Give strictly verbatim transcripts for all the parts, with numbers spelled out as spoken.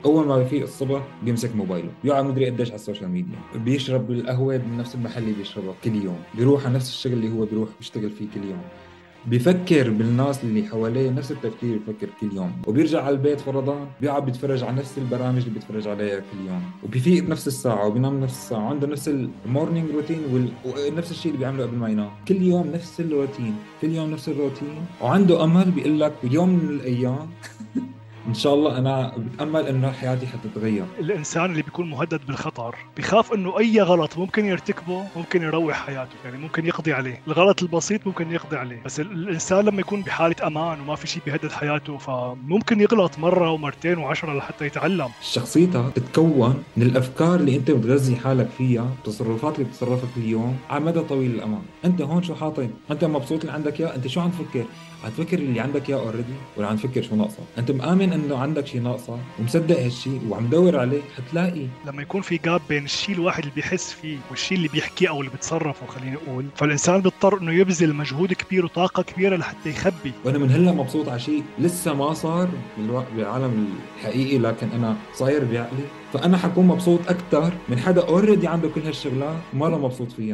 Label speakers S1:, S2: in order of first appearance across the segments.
S1: اول ما بيفيق الصبح بيمسك موبايله، بيقعد مدري قديش على السوشيال ميديا، بيشرب القهوه من نفس المحل اللي بيشربه كل يوم، بيروح على نفس الشغل اللي هو بيروح بيشتغل فيه كل يوم، بيفكر بالناس اللي حواليه نفس التفكير، بيفكر كل يوم، وبيرجع على البيت فرضان بيقعد بيتفرج على نفس البرامج اللي بيتفرج عليها كل يوم، وبيفيق بنفس الساعة وبينام نفس الساعة، وعنده نفس المورنينج روتين وال... ونفس الشيء اللي بيعمله قبل ما ينام كل يوم، نفس الروتين كل يوم نفس الروتين، وعنده أمل بيقول لك يوم من الأيام إن شاء الله أنا بتأمل إنه حياتي حتتغير.
S2: الإنسان اللي بيكون مهدد بالخطر بيخاف إنه أي غلط ممكن يرتكبه ممكن يروح حياته، يعني ممكن يقضي عليه، الغلط البسيط ممكن يقضي عليه. بس ال- الإنسان لما يكون بحالة أمان وما في شيء بيهدد حياته فممكن يغلط مرة ومرتين وعشرة لحتى يتعلم.
S1: شخصيتها تتكون من الافكار اللي انت بتغذي حالك فيها، التصرفات اللي بتتصرفها كل يوم على مدى طويل الامد. انت هون شو حاطط؟ انت مبسوط اللي عندك اياه؟ انت شو عم تفكر؟ عم تفكر اللي عندك اياه اوريدي، ولا عم تفكر شو ناقصك؟ انت مآمن انه عندك شيء ناقصه ومصدق هالشيء وعم دور عليه، حتلاقي.
S2: لما يكون في جاب بين الشيء الواحد اللي بيحس فيه والشيء اللي بيحكيه او اللي بتصرفه خليني اقول، فالانسان بيضطر انه يبذل مجهود كبير وطاقه كبيره لحتى يخبي.
S1: وانا من هلا مبسوط على شيء لسه ما صار بالوا- بالعالم الحقيقي، لكن انا صاير بعقلي، فانا حكون مبسوط اكثر من حدا اوريدي عنده كل هالشغلات وما له مبسوط فيها.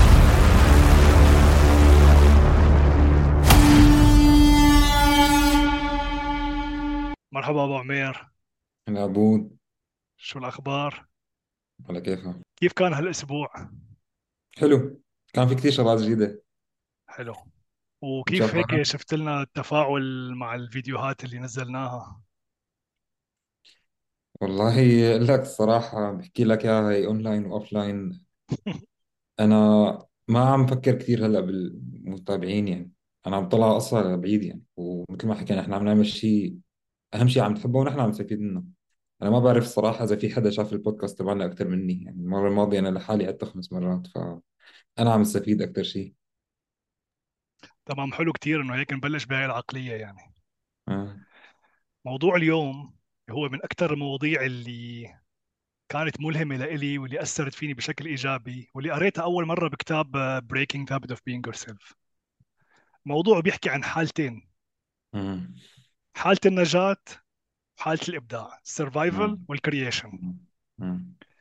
S2: مرحبا ابو عمير.
S1: انا عبود.
S2: شو الاخبار؟
S1: على كيفها.
S2: كيف كان هالاسبوع؟
S1: حلو، كان في كثير شغلات جديدة.
S2: حلو.
S1: انت شو
S2: وكيف هيك
S1: اخبارك؟
S2: شفت لنا التفاعل مع الفيديوهات اللي نزلناها؟
S1: والله لك الصراحة بحكي لك اياها، هي اونلاين واوفلاين. انا ما عم فكر كثير هلا بالمتابعين يعني، انا عم طلع اصلا بعيد يعني، ومثل ما حكينا احنا عم نعمل شيء، اهم شيء عم تحبه ونحن عم نستفيد منه. انا ما بعرف الصراحة اذا في حدا شاف البودكاست تبعنا اكثر مني، يعني المرة الماضية انا لحالي عدته خمس مرات، فانا عم استفيد اكثر شيء.
S2: تمام، حلو كتير انه هيك نبلش بهاي العقليه يعني.
S1: آه.
S2: موضوع اليوم هو من اكثر المواضيع اللي كانت ملهمة لإلي واللي أثرت فيني بشكل إيجابي واللي قريتها أول مرة بكتاب Breaking the Habit of Being Yourself. موضوع بيحكي عن حالتين:
S1: آه.
S2: حالة النجاة وحالة الإبداع،
S1: آه.
S2: Survival والكرييشن.
S1: آه.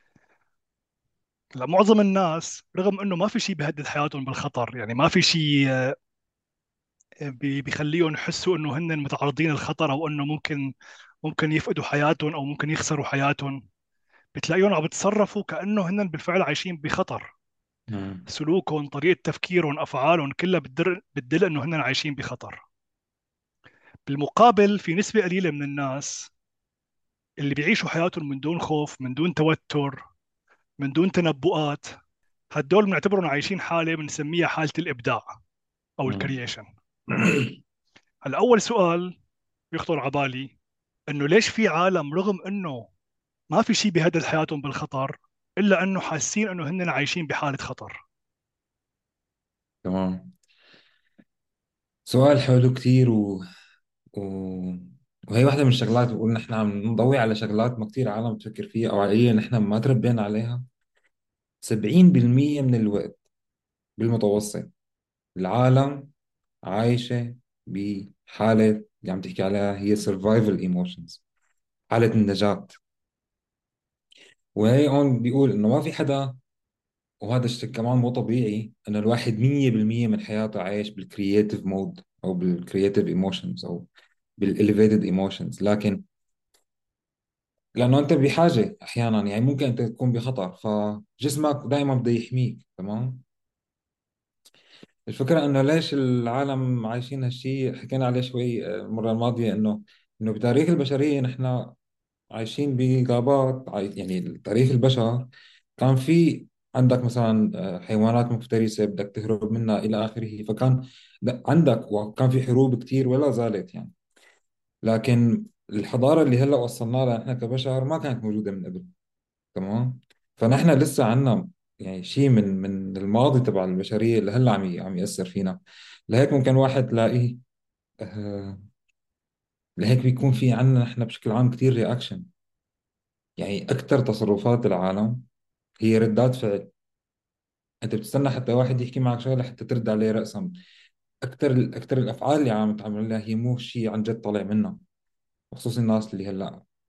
S2: لمعظم الناس رغم أنه ما في شيء بيهدد حياتهم بالخطر، يعني ما في شيء آه، بي- بيخليهم يحسوا أنه هن متعرضين للخطر أو أنه ممكن ممكن يفقدوا حياتهم أو ممكن يخسروا حياتهم، بتلاقيهم عم بتصرفوا كأنه هن بالفعل عايشين بخطر.
S1: آه.
S2: سلوكهم، طريقة تفكيرهم، أفعالهم كلها بتدل بتدل إنه هن عايشين بخطر. بالمقابل في نسبة قليلة من الناس اللي بيعيشوا حياتهم من دون خوف، من دون توتر، من دون تنبؤات. هدول بنعتبرهم عايشين حالة بنسميها حالة الإبداع أو
S1: آه.
S2: الكرييشن. هلا أول سؤال بيخطر على بالي إنه ليش في عالم رغم إنه ما في شيء بيهدد حياتهم بالخطر إلا إنه حاسين إنه هن عايشين بحالة خطر؟
S1: تمام. سؤال حلو كتير و... و... وهي واحدة من الشغلات، بقول نحن عم نضوي على شغلات ما كتير عالم بتفكر فيها، أو على القليل نحن ما تربينا عليها. سبعين بالمية من الوقت بالمتوسط العالم عايشة بحالة اللي عم تحكي عليها هي survival emotions، حالة النجاة. وهي هون بيقول إنه ما في حدا، وهذا الشيء كمان مو طبيعي إنه الواحد مية بالمية من حياته عايش بالكرييتيف مود أو بالكرييتيف ايموشنز أو بالإليفيتد ايموشنز، لكن لانه انت بحاجه احيانا، يعني ممكن انت تكون بخطر فجسمك دائما بده يحميك. تمام. الفكره انه ليش العالم عايشين هالشيء حكينا عليه شوي آه، المره الماضيه، انه انه بتاريخ البشريه نحن عايشين بغابات، عاي- يعني تاريخ البشر كان في عندك مثلا آه، حيوانات مفترسه بدك تهرب منها الى اخره، فكان لا- عندك، وكان في حروب كتير ولا زالت يعني. لكن الحضاره اللي هلا وصلنا لها نحن كبشر ما كانت موجوده من قبل. تمام. فنحن لسه عنا يعني شيء من من الماضي تبع البشرية اللي هلا عم ي- عم يأثر فينا. لهيك ممكن واحد تلاقيه آه لهيك بيكون في عنا نحن بشكل عام كتير رياكشن، يعني أكثر تصرفات العالم هي ردات فعل. أنت بتستنى حتى واحد يحكي معك شغلة حتى ترد عليه رأسا. أكثر أكثر الأفعال اللي عم تعمل لها هي مو شيء عن جد طالع منها، خصوصي الناس اللي هلا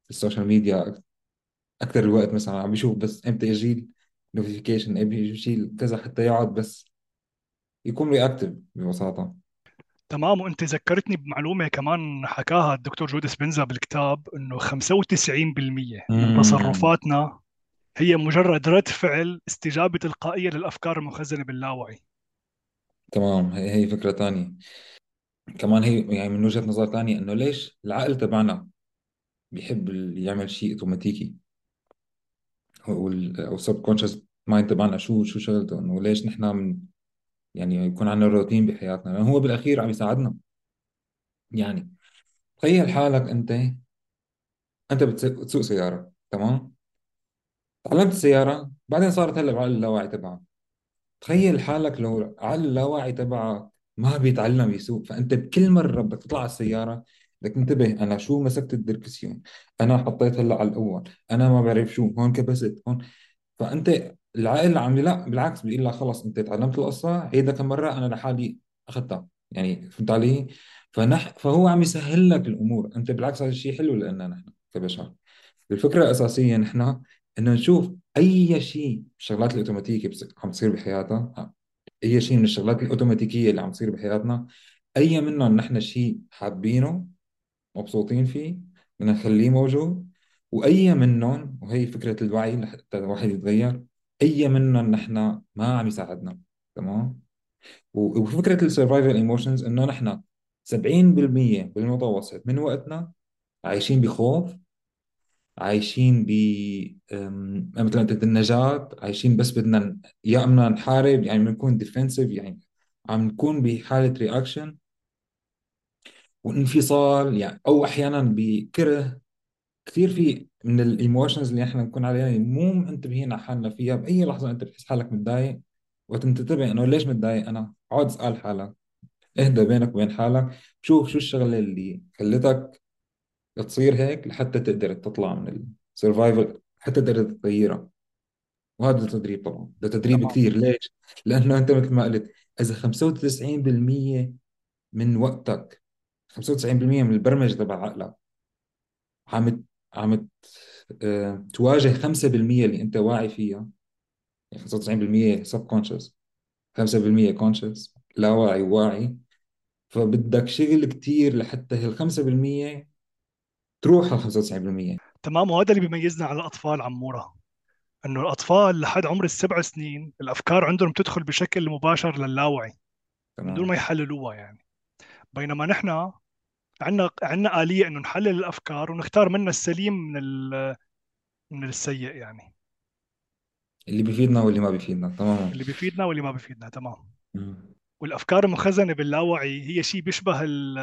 S1: السوشيال ميديا اكثر الوقت، مثلا عم بيشوف بس امتى يجي نوتيفيكيشن، امتى يجي كذا، حتى يقعد بس يكون رياكتيف ببساطة.
S2: تمام. وانت ذكرتني بمعلومه كمان حكاها الدكتور جو ديسبنزا بالكتاب، انه خمسة وتسعين بالمية من
S1: امم.
S2: تصرفاتنا هي مجرد رد فعل، استجابه تلقائيه للافكار المخزنه باللاوعي.
S1: تمام، هي هي فكرة تانية. كمان هي يعني من وجهة نظر تانية، انه ليش العقل تبعنا بيحب ال- يعمل شيء اوتوماتيكي، او ال او سب كونشس مايند تبعنا شو شو شغلته، انه ليش نحن من يعني يكون عندنا روتين بحياتنا، لانه هو بالاخير عم يساعدنا. يعني تخيل حالك انت انت بتسوق بتسوق سيارة، تمام؟ تعلمت السيارة، بعدين صارت هلا بعقل اللاواعي تبعك. تخيل حالك لو عقل اللاواعي تبعك ما بيتعلم يسوق، فانت بكل مره بدك تطلع على السياره بدك تنتبه، انا شو مسكت الدركسيون، انا حطيت هلا على الاول، انا ما بعرف شو هون كبست هون. فانت العقل عم لا بالعكس بيقول لك خلص انت تعلمت القصه، عيدها كم مره، انا لحالي اخذتها. يعني فهمت علي؟ فنح فهو عم يسهل لك الامور، انت بالعكس هذا الشيء حلو لنا نحن كبشر. الفكره الاساسيه نحن انه نشوف اي شيء الشغلات الاوتوماتيكيه بس- عم تصير بحياتنا، اي شيء من الشغلات الاوتوماتيكيه اللي عم تصير بحياتنا، اي منهم نحن شيء حابينه مبسوطين فيه بدنا نخليه موجود، واي منهم، وهي فكره الوعي لحتى الواحد يتغير، اي منهم نحن ما عم يساعدنا. تمام. و- وفكره السرفايفل ايموشنز انه نحن سبعين بالمية بالمتوسط من وقتنا عايشين بخوف، عايشين ب أم، مثل ما قلت النجاة، عايشين بس بدنا ن- يا اما نحارب، يعني بنكون ديفنسيف، يعني عم نكون بحالة رياكشن وانفصال، يعني او احيانا بكره. كثير في من الايموشنز اللي احنا بنكون عليها مو منتبهين على حالنا فيها، باي لحظة انت بتحس حالك متضايق وتنتبه انه ليش متضايق، انا اقعد اسال حالك، اهدى بينك وبين حالك، شوف شو الشغلة اللي خلتك تصير هيك لحتى تقدر تطلع من السرفايفل، حتى تقدر تغيرها. وهذا تدريب طبعا، ده تدريب
S2: تمام.
S1: كثير. ليش؟ لأنه أنت مثل ما قلت، إذا خمسة وتسعين بالمية من وقتك، خمسة وتسعين بالمية من البرمجة تبع عقلك عم عم ت- آه، تواجه خمسة بالمية اللي أنت واعي فيها، يعني خمسة وتسعين بالمية subconscious، خمسة بالمية conscious، لا واعي وواعي. فبدك شغل كثير لحتى هال خمسة بالمية تروح على خمسة وتسعين بالمية.
S2: تمام. وهذا اللي بيميزنا على الاطفال عموره، انه الاطفال لحد عمر السبع سنين الافكار عندهم تدخل بشكل مباشر للاوعي من دون ما
S1: تمام.
S2: يحللوها يعني. بينما نحن عندنا عندنا آلية انه نحلل الافكار ونختار منها السليم من ال- من السيء يعني،
S1: اللي بيفيدنا واللي ما بيفيدنا تماما.
S2: اللي بيفيدنا واللي ما بيفيدنا. تمام.
S1: مم.
S2: والافكار المخزنه باللاوعي هي شيء بيشبه ال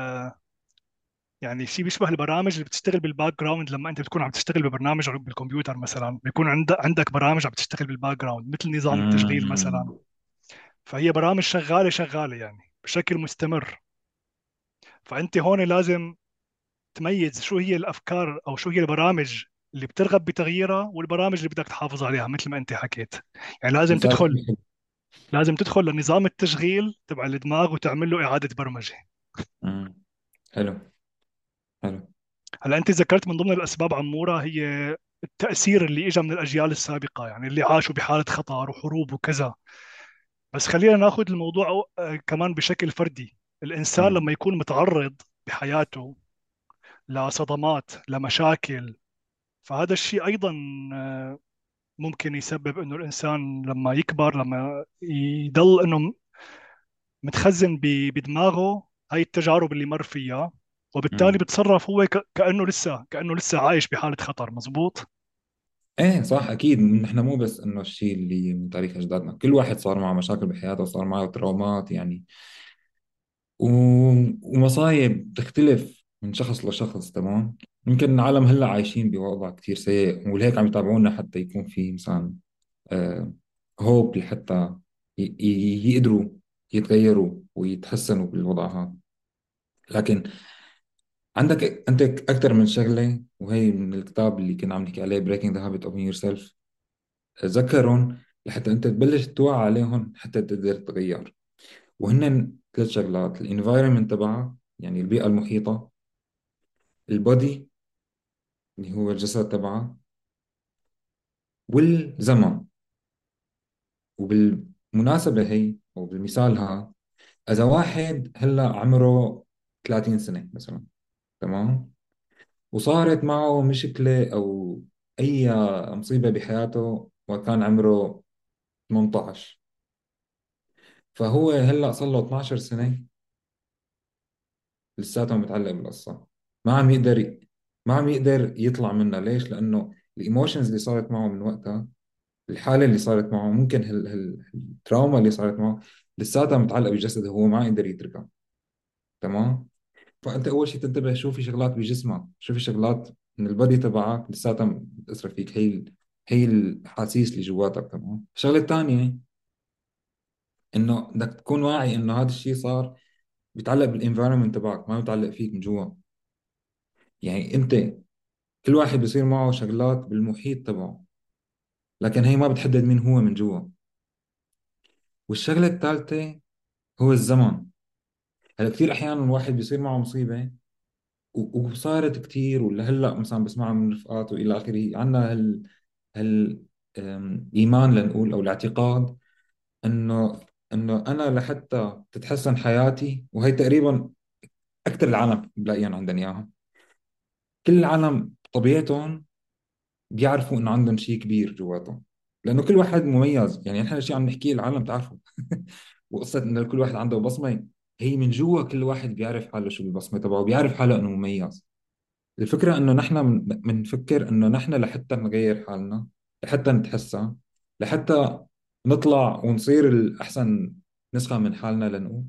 S2: يعني شيء بيشبه البرامج اللي بتشتغل بالباك جراوند. لما انت بتكون عم تشتغل ببرنامج بالكمبيوتر مثلا، بيكون عند عندك برامج عم تشتغل بالباك جراوند مثل نظام التشغيل مثلا.
S1: مم.
S2: فهي برامج شغاله شغاله يعني بشكل مستمر. فانت هون لازم تميز شو هي الافكار او شو هي البرامج اللي بترغب بتغييرها، والبرامج اللي بدك تحافظ عليها مثل ما انت حكيت. يعني لازم
S1: مثال
S2: تدخل
S1: كثير حلو.
S2: لازم تدخل لنظام التشغيل تبع الدماغ وتعمل له اعاده برمجه.
S1: مم. حلو. حلو.
S2: هلا انت ذكرت من ضمن الاسباب عموره هي التاثير اللي اجى من الاجيال السابقه، يعني اللي عاشوا بحاله خطر وحروب وكذا. بس خلينا ناخذ الموضوع آه، كمان بشكل فردي. الانسان
S1: مم.
S2: لما يكون متعرض بحياته لصدمات، لمشاكل، فهذا الشيء ايضا آه، ممكن يسبب انه الانسان لما يكبر، لما يضل انه متخزن ب- بدماغه هاي التجارب اللي مر فيها، وبالتالي
S1: مم.
S2: بتصرف هو ك- كانه لسه كانه لسه عايش بحاله خطر. مزبوط.
S1: ايه صح، اكيد نحن مو بس انه الشيء اللي من تاريخ اجدادنا، كل واحد صار معه مشاكل بحياته وصار معه ترومات يعني، و... ومصايب تختلف من شخص لشخص. تمام. يمكن العالم هلا عايشين بوضع كثير سيء، ولهيك عم يتابعونا حتى يكون في مثلا آه هوب لحتى ي... ي... يقدروا يتغيروا ويتحسنوا بالوضع هذا. لكن عندك انت اكثر من شغله، وهي من الكتاب اللي كنا عم نحكي عليه Breaking the Habit of Being Yourself، ذكرهم لحتى انت تبلش توعى عليهم حتى تقدر تتغير. وهن ثلاث شغلات: الانفايرمنت تبعك، يعني البيئه المحيطه، البودي، اللي هو الجسد تبعك، والزمن. وبالمناسبة هي أو بالمثال ها، إذا واحد هلا عمره ثلاثين سنة مثلا، تمام، وصارت معه مشكلة أو أي مصيبة بحياته وكان عمره ثمانية عشر، فهو هلا صار له اثناشر سنة لساته متعلق بالقصة، ما عم يقدر ما عم يقدر يطلع منها. ليش؟ لأنه الإيموشنز اللي صارت معه من وقتها، الحالة اللي صارت معه، ممكن هال... هال... التراوما اللي صارت معه لساتها متعلقة بجسده، هو ما يقدر يتركها. تمام. فأنت أول شيء تنتبه، شو في شغلات بجسمك، شو في شغلات من البادي تبعك لساتها متأثرة فيك. هي ال... هي الأحاسيس اللي جواتك. تمام. الشغلة الثانية إنه بدك تكون واعي إنه هذا الشيء صار بيتعلق بالانفايرمنت تبعك، ما بيتعلق فيك من جوا. يعني أنت كل واحد بيصير معه شغلات بالمحيط تبعه، لكن هي ما بتحدد مين هو من جوا. والشغلة الثالثة هو الزمن. هلا كثير أحيانا الواحد بيصير معه مصيبة و- وصارت كثير، ولا هلا مثلا بسمعها من رفقاته الى اخره، عندنا هال هال أم، ايمان لنقول او الاعتقاد انه انه انا لحتى تتحسن حياتي، وهي تقريبا اكثر العالم بلاقيهم عندنا اياها. كل العالم طبيعتهم بيعرفوا انه عندهم شيء كبير جواتهم، لانه كل واحد مميز. يعني احنا الشيء عم نحكيه العالم تعرفه. وقصه انه كل واحد عنده بصمه، هي من جوا كل واحد بيعرف حاله شو البصمه تبعه، بيعرف حاله انه مميز. الفكرة إنه نحن من- بنفكر إنه نحن لحتى نغير حالنا، لحتى نتحسن، لحتى نطلع ونصير الأحسن نسخة من حالنا لنقول،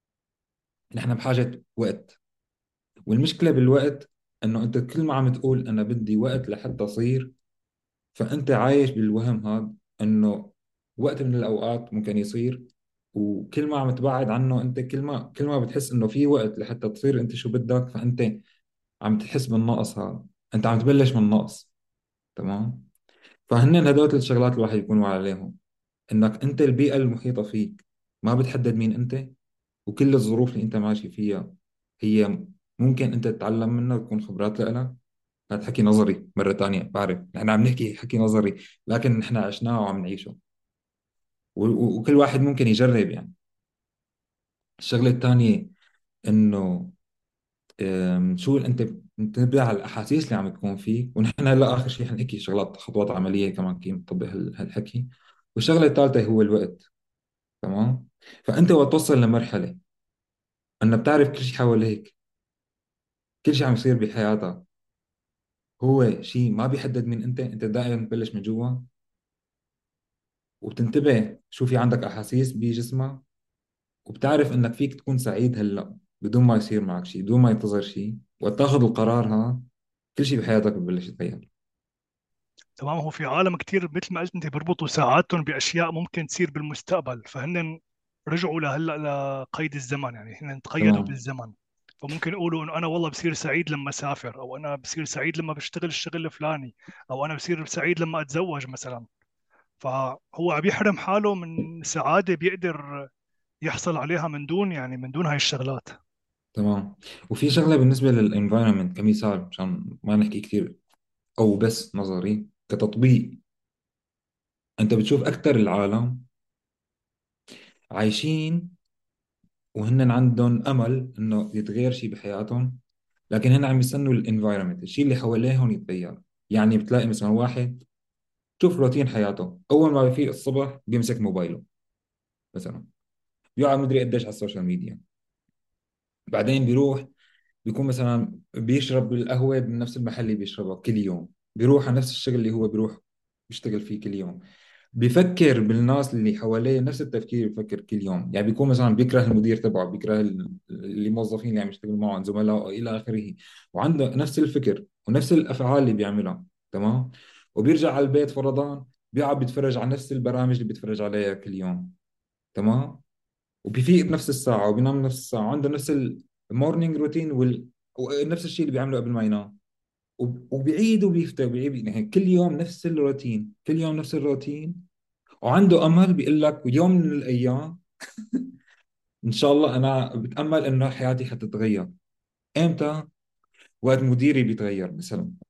S1: نحن بحاجة وقت. والمشكلة بالوقت إنه أنت كل ما عم تقول أنا بدي وقت لحتى أصير، فأنت عايش بالوهم هذا إنه وقت من الأوقات ممكن يصير. وكل ما عم تبعد عنه أنت، كل ما كل ما بتحس إنه في وقت لحتى تصير أنت شو بدك، فأنت عم تحس بالنقص هذا، أنت عم تبلش من النقص. تمام. فهن هدول الشغلات الواحد يكون واعي عليهم، انك انت البيئة المحيطة فيك ما بتحدد مين انت، وكل الظروف اللي انت ماشي فيها هي ممكن انت تتعلم منها وتكون خبرات لك. هذا حكي نظري مرة تانية، بعرف نحن عم نحكي حكي نظري، لكن نحن عشناه وعم نعيشه. و- و- وكل واحد ممكن يجرب يعني. الشغلة الثانية انه أم، شو انت بتنتبه على الاحاسيس اللي عم تكون فيك. ونحن هلا اخر شيء حنحكي شغلات خطوات عمليه كمان كيف نطبق هال- هالحكي. والشغله الثالثه هو الوقت. تمام. فانت وقت توصل لمرحله انك بتعرف كل شيء حواليك، كل شيء عم يصير بحياتك هو شيء ما بيحدد مين انت، انت دائما تبلش من جوا، وبتنتبه شو في عندك احاسيس بجسمك، وبتعرف انك فيك تكون سعيد هلا بدون ما يصير معك شيء، بدون ما ينتظر شيء. وقت تاخذ القرار ها، كل شيء بحياتك ببلش يتغير.
S2: تمام. هو في عالم كتير مثل ما قلت انت بيربطوا ساعاتهم باشياء ممكن تصير بالمستقبل، فهن رجعوا لهلا لقيد الزمن، يعني هن تقيدوا
S1: تمام.
S2: بالزمن. فممكن يقولوا انه انا والله بصير سعيد لما اسافر، او انا بصير سعيد لما بشتغل الشغل الفلاني، او انا بصير سعيد لما اتزوج مثلا. فهو عم يحرم حاله من سعادة بيقدر يحصل عليها من دون، يعني من دون هاي الشغلات.
S1: تمام. وفي شغله بالنسبه للانفايرمنت كمثال، عشان ما نحكي كثير او بس نظري كتطبيق. انت بتشوف اكثر العالم عايشين وهن عندهم امل انه يتغير شيء بحياتهم، لكن هن عم يستنوا الانفايرمنت، الشيء اللي حواليهم يتغير. يعني بتلاقي مثلا واحد، شوف روتين حياته، اول ما بيفيق الصبح بيمسك موبايله مثلا، بيقعد مدري قديش على السوشيال ميديا. بعدين بيروح بيكون مثلا بيشرب القهوة من نفس المحل اللي بيشربها كل يوم، بيروح على نفس الشغل اللي هو بيروح بيشتغل فيه كل يوم، بيفكر بالناس اللي حواليه نفس التفكير بيفكر كل يوم. يعني بيكون مثلا بيكره المدير تبعه، بيكره ال- الموظفين اللي عم يشتغلوا معه عن زملائه إلى آخره، وعنده نفس الفكر ونفس الأفعال اللي بيعملها. تمام. وبيرجع على البيت فرضان، بيقعد بيتفرج على نفس البرامج اللي بيتفرج عليها كل يوم. تمام. وبيفيق بنفس الساعة وبينام نفس الساعة، وعنده نفس المورنينج روتين وال... ونفس الشيء اللي بيعمله قبل ما ينام. وب- وبيعيد وبيفتح وبيعيد، يعني كل يوم نفس الروتين، كل يوم نفس الروتين. وعنده امل، بيقول لك يوم من الايام ان شاء الله انا بتامل انه حياتي حتتغير. امتى؟ وقت مديري بيتغير مثلا،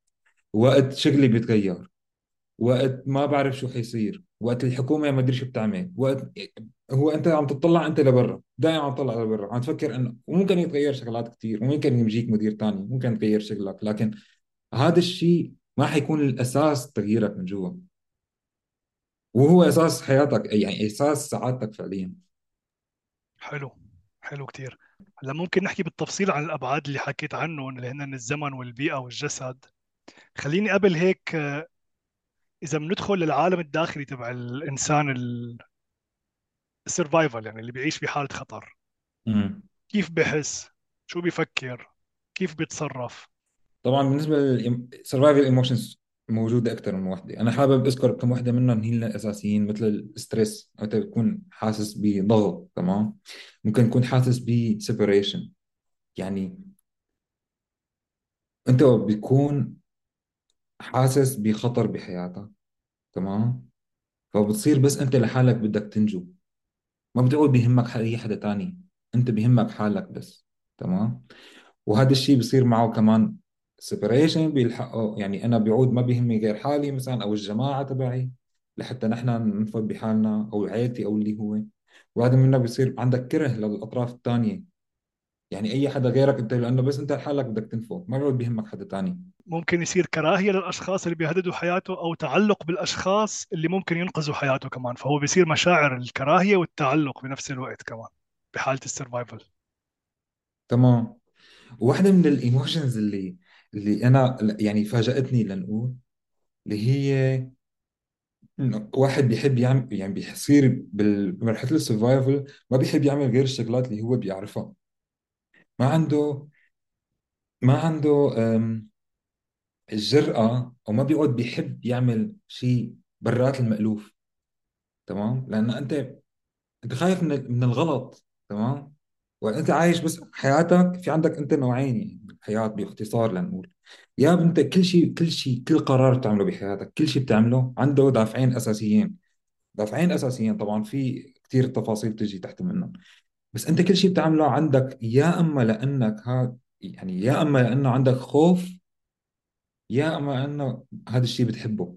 S1: وقت شغلي بيتغير، وقت ما بعرف شو حيصير، وقت الحكومة ما ادري شو بتعمل، وقت هو انت عم تطلع انت لبرا، دائما عم تطلع لبرا، عم تفكر انه وممكن يتغير شغلات كثير، وممكن يجيك مدير تاني ممكن تغير شغلك، لكن هذا الشيء ما حيكون الاساس تغييرك من جوا، وهو اساس حياتك، يعني اساس سعادتك فعليا.
S2: حلو. حلو كتير. هلا ممكن نحكي بالتفصيل عن الابعاد اللي حكيت عنهم اللي هن الزمن والبيئه والجسد. خليني قبل هيك، اذا بندخل للعالم الداخلي تبع الانسان، السرفايفل يعني اللي بيعيش بحاله خطر،
S1: امم
S2: كيف بحس، شو بيفكر، كيف بيتصرف.
S1: طبعا بالنسبة للسرفايفل ايموشنز موجودة أكثر من وحدة، أنا حابب أذكر كم وحدة منهم هي الأساسيين، مثل الستريس، أنت بتكون حاسس بضغط، تمام؟ ممكن تكون حاسس بسيبريشن، يعني انت بتكون حاسس بخطر بحياتك، تمام؟ فبتصير بس انت لحالك بدك تنجو، ما بتقعد بيهمك اي حدا تاني، انت بيهمك حالك بس، تمام؟ وهذا الشيء بصير معه كمان سيبريشن بيلحقه، يعني انا بيعود ما بيهمني غير حالي مثلا او الجماعه تبعي، لحتى نحن ننفض بحالنا او عيلتي او اللي هو. وهذا منه بيصير عندك كره للاطراف الثانيه، يعني اي حدا غيرك انت، لانه بس انت لحالك بدك تنفض، ما بيعود بيهمك حدا تاني.
S2: ممكن يصير كراهية للأشخاص اللي بيهددوا حياته، أو تعلق بالأشخاص اللي ممكن ينقذوا حياته كمان، فهو بيصير مشاعر الكراهية والتعلق بنفس الوقت كمان بحالة السرفايفل.
S1: تمام. واحدة من الايموشنز اللي اللي انا يعني فاجأتني لنقول، اللي هي إنه واحد بيحب يعمل، يعني بيصير بمرحلة السرفايفل ما بيحب يعمل غير الشغلات اللي هو بيعرفها، ما عنده ما عنده أم، الجرأة، او ما بيقعد بيحب يعمل شيء برات المألوف، تمام؟ لأن انت انت خايف من من الغلط، تمام؟ وانت عايش بس حياتك، في عندك انت نوعين يعني الحياة باختصار لنقول، يا انت كل شيء كل شيء كل قرار بتعمله بحياتك، كل شيء بتعمله عنده دافعين اساسيين، دافعين اساسيين طبعا في كثير تفاصيل تجي تحت منهم، بس انت كل شيء بتعمله عندك يا اما لانك ها، يعني يا اما لانه عندك خوف، يا اما انه هذا الشيء بتحبه،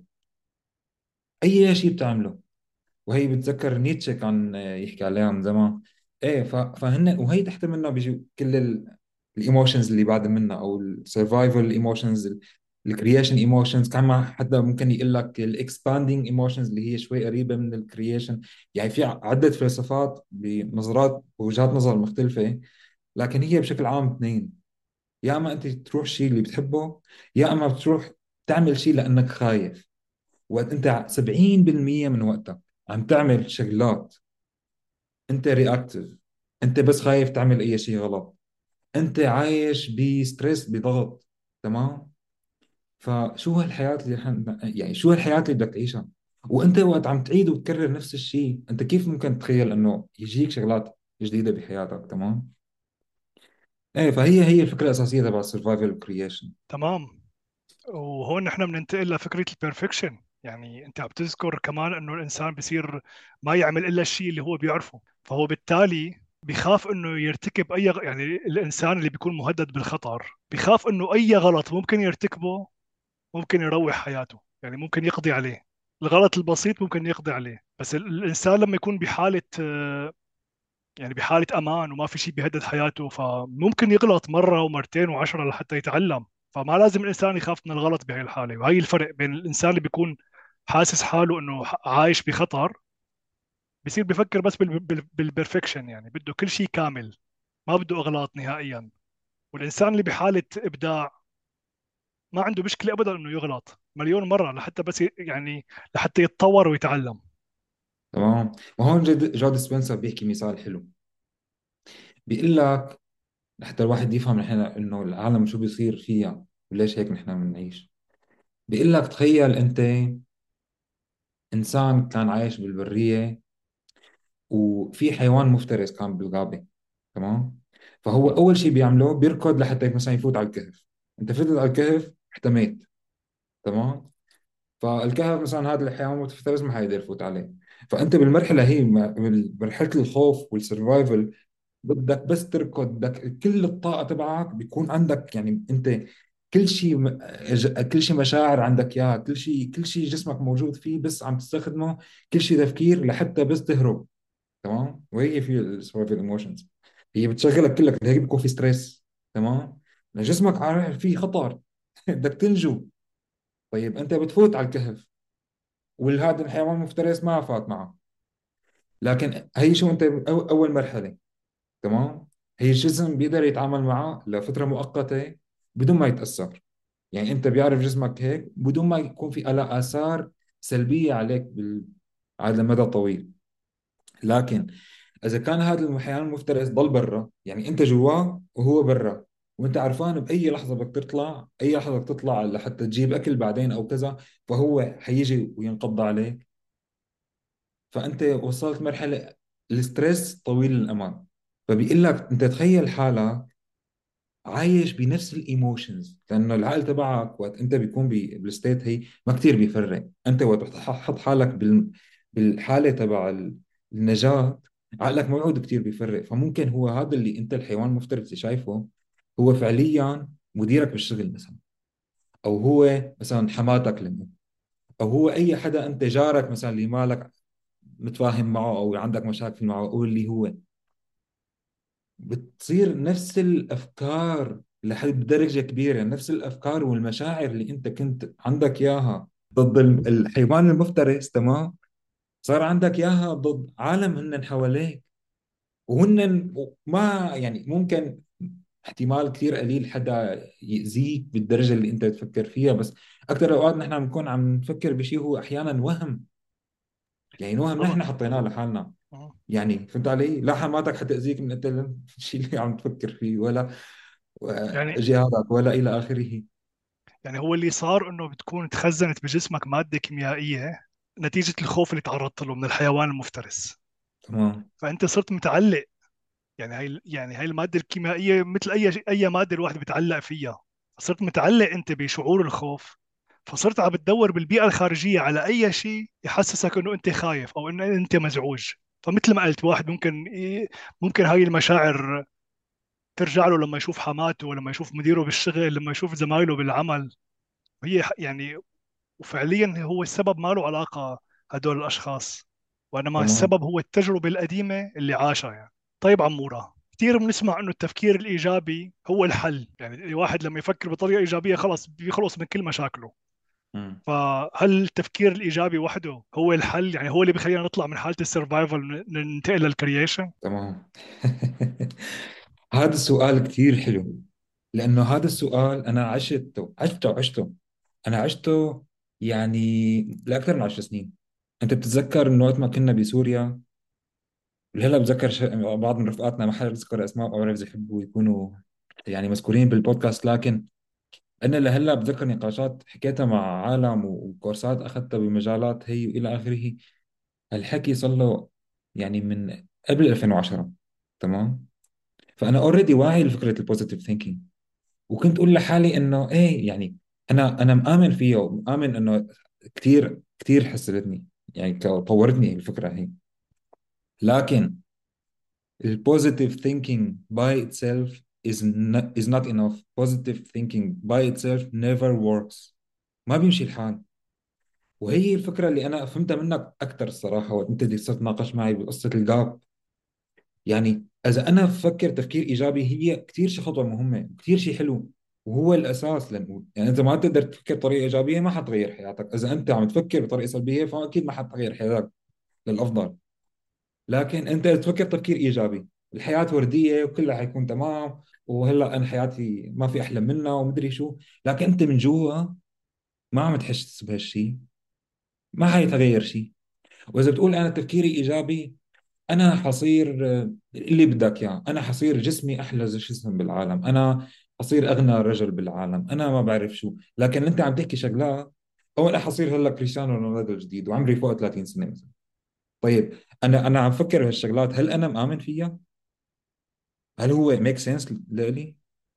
S1: اي شيء بتعمله. وهي بتذكر نيتشه كان يحكي عليها من زمان. ايه ف- فهن، وهي تحت منها بيجي كل الايموشنز اللي بعد منها، او السرفايفل ايموشنز، الكرييشن ايموشنز كمان، حتى ممكن يقول لك الاكسباندينج ايموشنز اللي هي شوي قريبه من الكرييشن. يعني في عده فلسفات بنظرات ووجهات نظر مختلفه، لكن هي بشكل عام اثنين، يا اما انت تروح شيء اللي بتحبه، يا اما بتروح تعمل شيء لانك خايف. وقت انت سبعين بالمية من وقتك عم تعمل شغلات انت رياكتيف، انت بس خايف تعمل اي شيء غلط، انت عايش بستريس بضغط، تمام؟ فشو هالحياة اللي حن... يعني شو هالحياة اللي بدك تعيشها؟ وانت وقت عم تعيد وتكرر نفس الشيء، انت كيف ممكن تتخيل انه يجيك شغلات جديدة بحياتك؟ تمام. ايه، فهي هي الفكرة الأساسية تبع السرفايفل كرييشن.
S2: تمام. وهون نحن بننتقل لفكرة البرفكشن. يعني أنت عم تذكر كمان إنه الإنسان بصير ما يعمل إلا الشيء اللي هو بيعرفه، فهو بالتالي بيخاف إنه يرتكب أي غ... يعني الإنسان اللي بيكون مهدد بالخطر بيخاف إنه أي غلط ممكن يرتكبه ممكن يروح حياته، يعني ممكن يقضي عليه. الغلط البسيط ممكن يقضي عليه. بس ال- الإنسان لما يكون بحالة آه، يعني بحالة أمان وما في شيء بيهدد حياته، فممكن يغلط مرة ومرتين وعشرة لحتى يتعلم. فما لازم الإنسان يخاف من الغلط بهي الحالة. وهي الفرق بين الإنسان اللي بيكون حاسس حاله إنه ح- عايش بخطر، بصير بفكر بس بال- بال- بالبرفكشن، يعني بده كل شيء كامل، ما بده أغلاط نهائيا. والإنسان اللي بحالة إبداع ما عنده مشكلة أبدا إنه يغلط مليون مرة لحتى بس ي- يعني لحتى يتطور ويتعلم.
S1: تمام. وهون جد جود سبنسر بيحكي مثال حلو، بيقول لك لحتى الواحد يفهم نحن انه العالم شو بيصير فيها وليش هيك نحن بنعيش. بيقول لك تخيل انت انسان كان عايش بالبرية، وفي حيوان مفترس كان بالغابة، تمام؟ فهو أول شيء بيعمله بيركض لحتى مثلا يفوت على الكهف، أنت فتت على الكهف احتميت، تمام؟ فالكهف مثلا هذا الحيوان المفترس ما حيقدر يفوت عليه، فأنت بالمرحلة هي م- مرحلة الخوف والسرفايفل، بدك بس تركض، بدك كل الطاقة تبعك بيكون عندك، يعني أنت كل شيء م- ج- كل شيء مشاعر عندك اياها، كل شيء كل شيء جسمك موجود فيه، بس عم تستخدمه كل شيء تفكير لحتى بس تهرب. تمام. وهي في السرفايفل ايموشنز، هي بتشغلك كلك، هيك بيكون في ستريس. تمام. لأن جسمك عارف في خطر بدك تنجو. طيب انت بتفوت على الكهف، والهذا الحيوان المفترس ما فات معه. لكن هي شو انت أو اول مرحله. تمام. هي الجسم بيقدر يتعامل معه لفتره مؤقته بدون ما يتاثر. يعني انت بيعرف جسمك هيك بدون ما يكون في له اثار سلبيه عليك بال... على المدى الطويل. لكن اذا كان هذا الحيوان المفترس ضل برا، يعني انت جواه وهو برا، وانت عرفان باي لحظه بدك تطلع، اي لحظه بدك تطلع لحتى تجيب اكل بعدين او كذا، فهو حيجي وينقض عليك. فانت وصلت مرحله الستريس طويل الامد. فبيقول لك انت تخيل حالك عايش بنفس الايموشنز، لانه العقل تبعك وقت انت بيكون بي- بالستيت هي ما كتير بيفرق. انت وقت بتحط حالك بال... بالحاله تبع ال- النجاة، عقلك ما بيعود كتير بيفرق. فممكن هو هذا اللي انت الحيوان المفترس اللي شايفه هو فعليا مديرك بالشغل مثلا، او هو مثلا حماتك لأمه، او هو اي حدا انت جارك مثلا اللي مالك متفاهم معه او عندك مشاكل معه، او اللي هو بتصير نفس الافكار لحد درجه كبيره، يعني نفس الافكار والمشاعر اللي انت كنت عندك اياها ضد ال- الحيوان المفترس. تمام. صار عندك اياها ضد عالم هن حواليك، وهن ما يعني ممكن احتمال كثير قليل حدا يأذيك بالدرجه اللي انت تفكر فيها، بس اكثر الاوقات نحن بنكون عم نفكر بشيء هو احيانا وهم. يعني وهم
S2: طبعا.
S1: نحن حطيناه لحالنا.
S2: آه.
S1: يعني فهمت علي؟ لا حماتك حتأذيك من انت الشيء اللي عم تفكر فيه، ولا
S2: يعني
S1: جهادك، ولا إلى آخره.
S2: يعني هو اللي صار انه بتكون تخزنت بجسمك ماده كيميائيه نتيجه الخوف اللي تعرضت له من الحيوان المفترس.
S1: تمام.
S2: فانت صرت متعلق. يعني هاي يعني هاي الماده الكيميائيه مثل اي اي ماده الواحد بيتعلق فيها. صرت متعلق انت بشعور الخوف. فصرت عم بتدور بالبيئه الخارجيه على اي شيء يحسسك انه انت خايف او انه انت مزعوج. فمثل ما قلت واحد ممكن ي- ممكن هاي المشاعر ترجع له لما يشوف حماته، لما يشوف مديره بالشغل، لما يشوف زمايله بالعمل. هي ح- يعني وفعليا هو السبب ما له علاقة هدول الأشخاص، وإنما
S1: تمام.
S2: السبب هو التجربة القديمة اللي عاشها يعني. طيب عمورة، كثير بنسمع إنه التفكير الإيجابي هو الحل. يعني الواحد لما يفكر بطريقة إيجابية خلاص بيخلص من كل مشاكله.
S1: مم.
S2: فهل التفكير الإيجابي وحده هو الحل؟ يعني هو اللي بيخلينا نطلع من حالة السرفايفل ننتقل للكرييشن؟
S1: تمام. هذا السؤال كثير حلو، لأنه هذا السؤال أنا عشته عشته عشته أنا عشته يعني لأكثر من عشر سنين. أنت بتتذكر إنه وقت ما كنا بسوريا، هلا بتذكر ش... بعض من رفقاتنا، ما حدا بذكر أسماء أو بعرف إذا يحبوا يكونوا يعني مذكورين بالبودكاست، لكن أنا لهلا بتذكر نقاشات حكيتها مع عالم وكورسات أخذتها بمجالات هي وإلى آخره. الحكي صار له يعني من قبل ألفين وعشرة. تمام. فانا اوريدي واعي لفكره البوزيتيف ثينكينج، وكنت اقول لحالي انه ايه يعني انا انا مآمن فيها، ومآمن انه كثير كثير حسنتني، يعني ك- طورتني الفكره هي. لكن البوزيتيف ثينكينج by itself is not, is not enough. Positive thinking by itself never works. ما بيمشي الحال. وهي الفكره اللي انا فهمتها منك اكثر الصراحه، وانت اللي صرت تناقش معي بقصه الجاب. يعني اذا انا بفكر تفكير ايجابي هي كثير شي خطوه مهمه، كثير شيء حلو، وهو الاساس. لانه يعني انت ما تقدر تفكر بطريقه ايجابيه ما حتغير حياتك، اذا انت عم تفكر بطريقه سلبيه فاكيد ما حتغير حياتك للافضل. لكن انت تفكر تفكير ايجابي، الحياه ورديه وكلها حيكون تمام، وهلا انا حياتي ما في احلى منها ومدري شو. لكن انت من جوا ما عم تحس بهالشيء، ما حيتغير شيء. واذا بتقول انا تفكيري ايجابي، انا حصير آه، اللي بدك اياه، انا حصير جسمي احلى جسم بالعالم، انا حصير اغنى رجل بالعالم، انا ما بعرف شو. لكن انت عم تحكي شغلات، او انا حصير هلا كريستيانو رونالدو الجديد وعمري فوق ثلاثين سنه مثلا. طيب انا انا عم فكر بهالشغلات، هل انا مآمن فيها؟ هل هو ميك سنس لإلي؟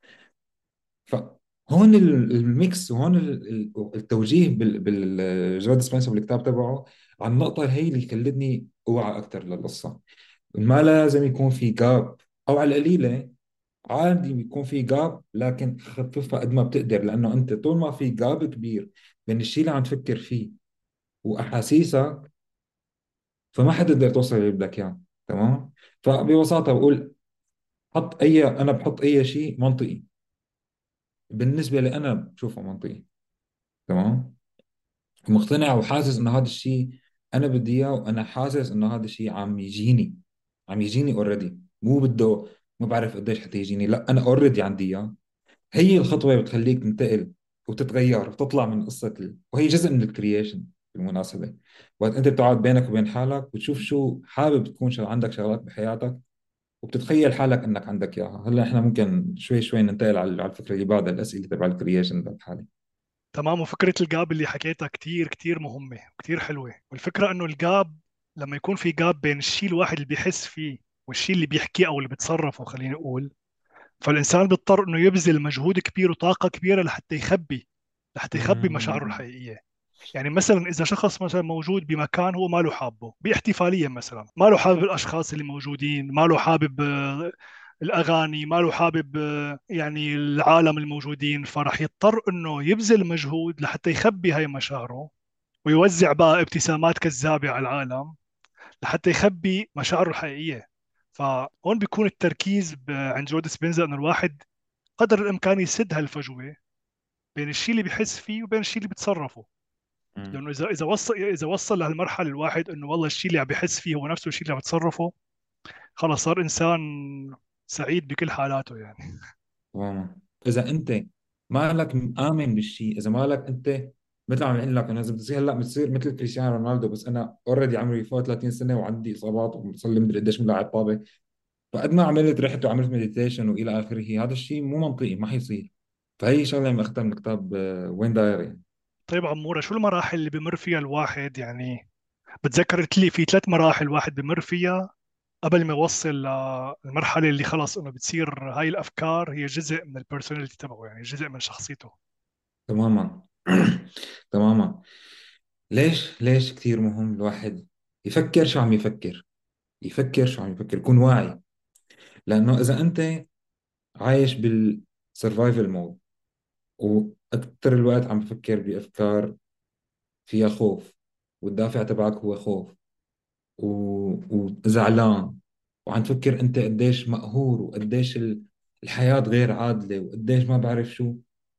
S1: فهون ال- الميكس، وهون ال- ال- التوجيه بال- بالجود سبنسر بالكتاب تبعه عن النقطة هي اللي خلتني اوعى اكثر للقصة. ما لازم يكون في جاب، او على القليله عادي بيكون في جاب، لكن خففها قد ما بتقدر، لانه انت طول ما في جاب كبير بين الشيء اللي عم تفكر فيه واحاسيسك، فما حتقدر توصل اللي بدك اياه. تمام. فببساطه بقول، حط اي انا بحط اي شيء منطقي بالنسبه لي، انا بشوفه منطقي. تمام. مقتنع وحاسس انه هذا الشيء انا بدي اياه، وانا حاسس انه هذا الشيء عم يجيني، عم يجيني اوريدي، مو بده ما بعرف قديش حتى يجيني، لا انا اوريدي عندي اياه. هي الخطوه بتخليك تنتقل وتتغير وتطلع من قصه ال... وهي جزء من الكرييشن بالمناسبه. وقت انت بتقعد بينك وبين حالك وتشوف شو حابب تكون، شغل عندك شغلات بحياتك، وبتتخيل حالك انك عندك اياها. هلا احنا ممكن شوي شوي ننتقل على على الفكره اللي بعدها، الاسئله تبع الكرييشن بالحاله.
S2: تمام. وفكرة الجاب اللي حكيتها كتير كتير مهمة وكتير حلوة. والفكرة انه الجاب، لما يكون في جاب بين الشيء الواحد اللي بيحس فيه والشيء اللي بيحكيه او اللي بيتصرفه، خلينا نقول، فالانسان بيضطر انه يبذل مجهود كبير وطاقة كبيرة لحتى يخبي لحتى يخبي مشاعره
S1: مم.
S2: الحقيقية. يعني مثلا اذا شخص مثلا موجود بمكان هو ما له حابه، باحتفاليه مثلا، ما له حابب الاشخاص اللي موجودين، ما له حابب آه، الاغاني، ما له حابب آه، يعني العالم الموجودين، فراح يضطر انه يبذل مجهود لحتى يخبي هاي مشاعره، ويوزع بقى ابتسامات كذابه على العالم لحتى يخبي مشاعره الحقيقيه. فهون بيكون التركيز ب- عند جو ديسبنزا انه الواحد قدر الامكان يسد هالفجوه بين الشيء اللي بيحس فيه وبين الشيء اللي بيتصرفه.
S1: مم.
S2: لانه اذا اذا وصل اذا وصل لهالمرحله الواحد انه والله الشيء اللي عم بحس فيه هو نفسه الشيء اللي عم بتصرفه، خلص صار انسان سعيد بكل حالاته يعني.
S1: تماما. اذا انت مالك مآمن بالشيء، اذا مالك انت مثل عم يقول لك انا اذا بدي تصير هلا بتصير مثل كريستيانو رونالدو، بس انا اوريدي عمري فوق ثلاثين سنه وعندي اصابات وصار لي مدري قديش من لاعب طابه، فقد ما عملت رحت وعملت مديتيشن والى اخره، هذا الشيء مو منطقي، ما حيصير. فهي شغله ماخذها من كتاب آه، وين داير يعني.
S2: طيب عمورة، شو المراحل اللي بمر فيها الواحد يعني؟ بتذكر قلت لي في ثلاث مراحل الواحد بمر فيها قبل ما يوصل للمرحله اللي خلص انه بتصير هاي الافكار هي جزء من البيرسوناليتي تبعه، يعني جزء من شخصيته.
S1: تماما. تماما. ليش ليش كثير مهم الواحد يفكر شو عم يفكر، يفكر شو عم يفكر، يكون واعي. لانه اذا انت عايش بالسرفايفل مود واكثر الوقت عم بفكر بافكار فيها خوف، والدافع تبعك هو خوف و... وزعلان، وعم تفكر انت قديش مقهور وقديش ال- الحياة غير عادلة وقديش ما بعرف شو،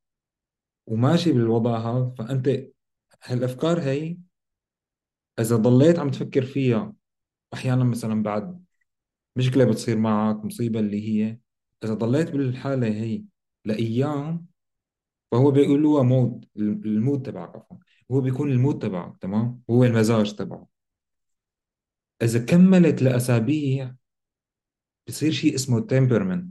S1: وماشي بالوضع هذا، فانت هالافكار هي اذا ضليت عم تفكر فيها، احيانا مثلا بعد مشكلة بتصير معك، مصيبة اللي هي، اذا ضليت بالحالة هي لايام، فهو بيقولوها مود، المود تبعك عفوا، هو بيكون المود تبعك، تمام، هو المزاج تبعه. إذا كملت لأسابيع بصير شيء اسمه temperament.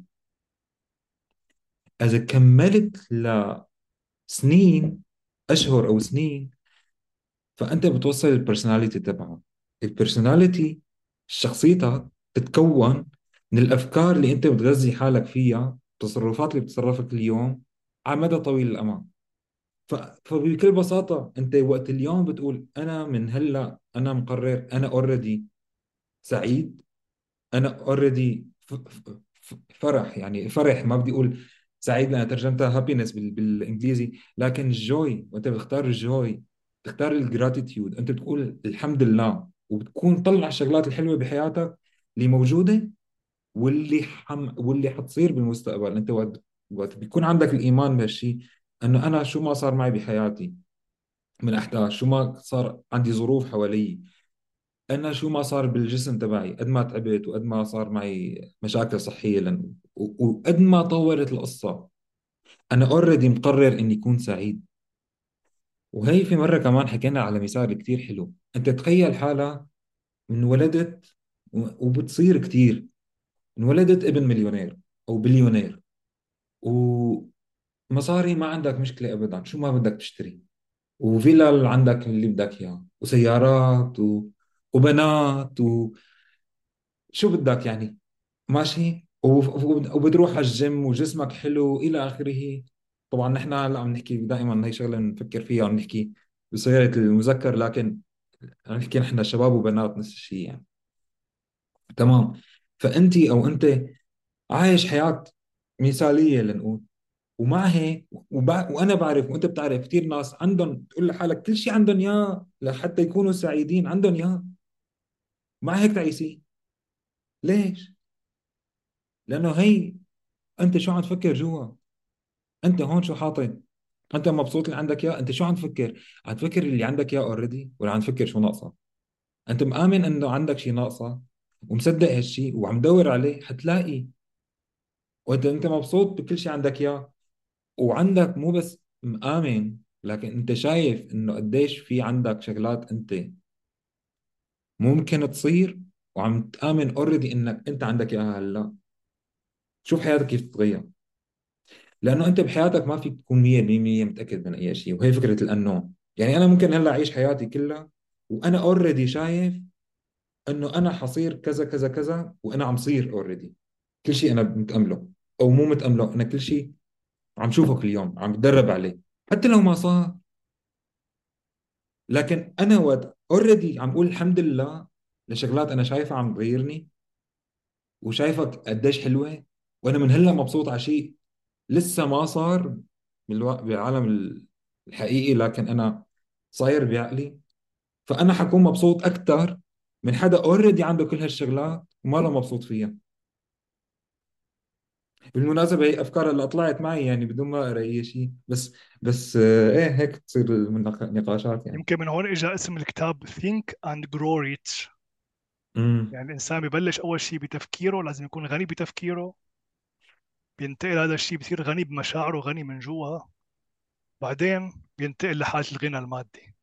S1: إذا كملت لسنين، أشهر أو سنين، فأنت بتوصل البرسوناليتي تبعك. البرسوناليتي، شخصيتك، تتكون من الأفكار اللي أنت بتغذي حالك فيها، التصرفات اللي بتصرفها كل يوم على مدى طويل الأمد. ف... فبكل بساطة أنت وقت اليوم بتقول أنا من هلأ أنا مقرر، أنا اوريدي سعيد، أنا اوريدي فرح، يعني فرح، ما بدي أقول سعيد لأن ترجمتها هابينس بالإنجليزي، لكن الجوي، وأنت بتختار الجوي، بتختار الجراتيتيود، أنت بتقول الحمد لله، وبتكون طلع الشغلات الحلوة بحياتك اللي موجودة واللي حم... واللي حتصير بالمستقبل. أنت وقت وقت بيكون عندك الإيمان بهالشيء، انه انا شو ما صار معي بحياتي من أحداث، شو ما صار عندي ظروف حوالي، أنا شو ما صار بالجسم تبعي، قد ما تعبت وقد ما صار معي مشاكل صحية لن... و- وقد ما طورت القصة، أنا اوريدي مقرر إني أكون سعيد. وهي في مرة كمان حكينا على مثال كتير حلو. أنت تخيل حالك من ولدت و- وبتصير كتير، انولدت ابن مليونير أو بليونير، ومصاري ما عندك مشكلة أبدا، شو ما بدك تشتري، وفيلا اللي عندك اللي بدك اياه، وسيارات و... وبنات وشو بدك يعني، ماشي و... و- وبتروح على الجيم وجسمك حلو الى اخره. طبعا نحن هلا عم نحكي دائما، هي شغله بنفكر فيها، عم نحكي بصيغه المذكر، لكن عم نحكي نحن شباب وبنات نفس الشيء يعني. تمام. فانت او انت عايش حياه مثالية لنقول. ومع هيك وبع... وانا بعرف وانت بتعرف كثير ناس عندهم، تقول لحالك كل شيء عندهم اياه لحتى يكونوا سعيدين، عندهم اياه، مع هيك تعيسين. ليش؟ لانه هي، انت شو عم تفكر جوا؟ انت هون شو حاطط؟ انت مبسوط اللي عندك اياه؟ انت شو عم تفكر؟ عم تفكر اللي عندك اياه اوريدي، ولا عم تفكر شو ناقصك؟ انت مآمن انه عندك شيء ناقصك ومصدق هالشيء وعم تدور عليه، حتلاقي. وانت انت مبسوط بكل شيء عندك اياه، وعندك مو بس مآمن، لكن انت شايف انه قديش في عندك شغلات انت ممكن تصير، وعم تآمن اوريدي انك انت عندك اياها هلا. شوف حياتك كيف تتغير. لانه انت بحياتك ما فيك تكون مية بالمية متاكد من اي شيء، وهي فكره الانون. يعني انا ممكن هلا اعيش حياتي كلها وانا اوريدي شايف انه انا حصير كذا كذا كذا، وانا عم صير اوريدي كل شيء انا متامله، او مو متامله، انا كل شيء عم شوفه كل يوم، عم بتدرب عليه حتى لو ما صار. لكن انا وقت اوريدي عم اقول الحمد لله لشغلات انا شايفها عم تغيرني، وشايفك قديش حلوه، وانا من هلا مبسوط على شيء لسه ما صار بالوا- بالعالم الحقيقي، لكن انا صاير بعقلي. فانا حكون مبسوط اكثر من حدا اوريدي عنده كل هالشغلات وما له مبسوط فيها. بالمناسبة هي افكار اللي طلعت معي يعني بدون ما اقرا اي شيء، بس بس آه، ايه هيك تصير النقاشات يعني.
S2: يمكن من هون اجى اسم الكتاب Think and Grow Rich.
S1: امم.
S2: يعني الانسان ببلش اول شيء بتفكيره، لازم يكون غني بتفكيره، بينتقل هذا الشيء بصير غني بمشاعره، غني من جوا، بعدين بينتقل لحالة الغنى المادي.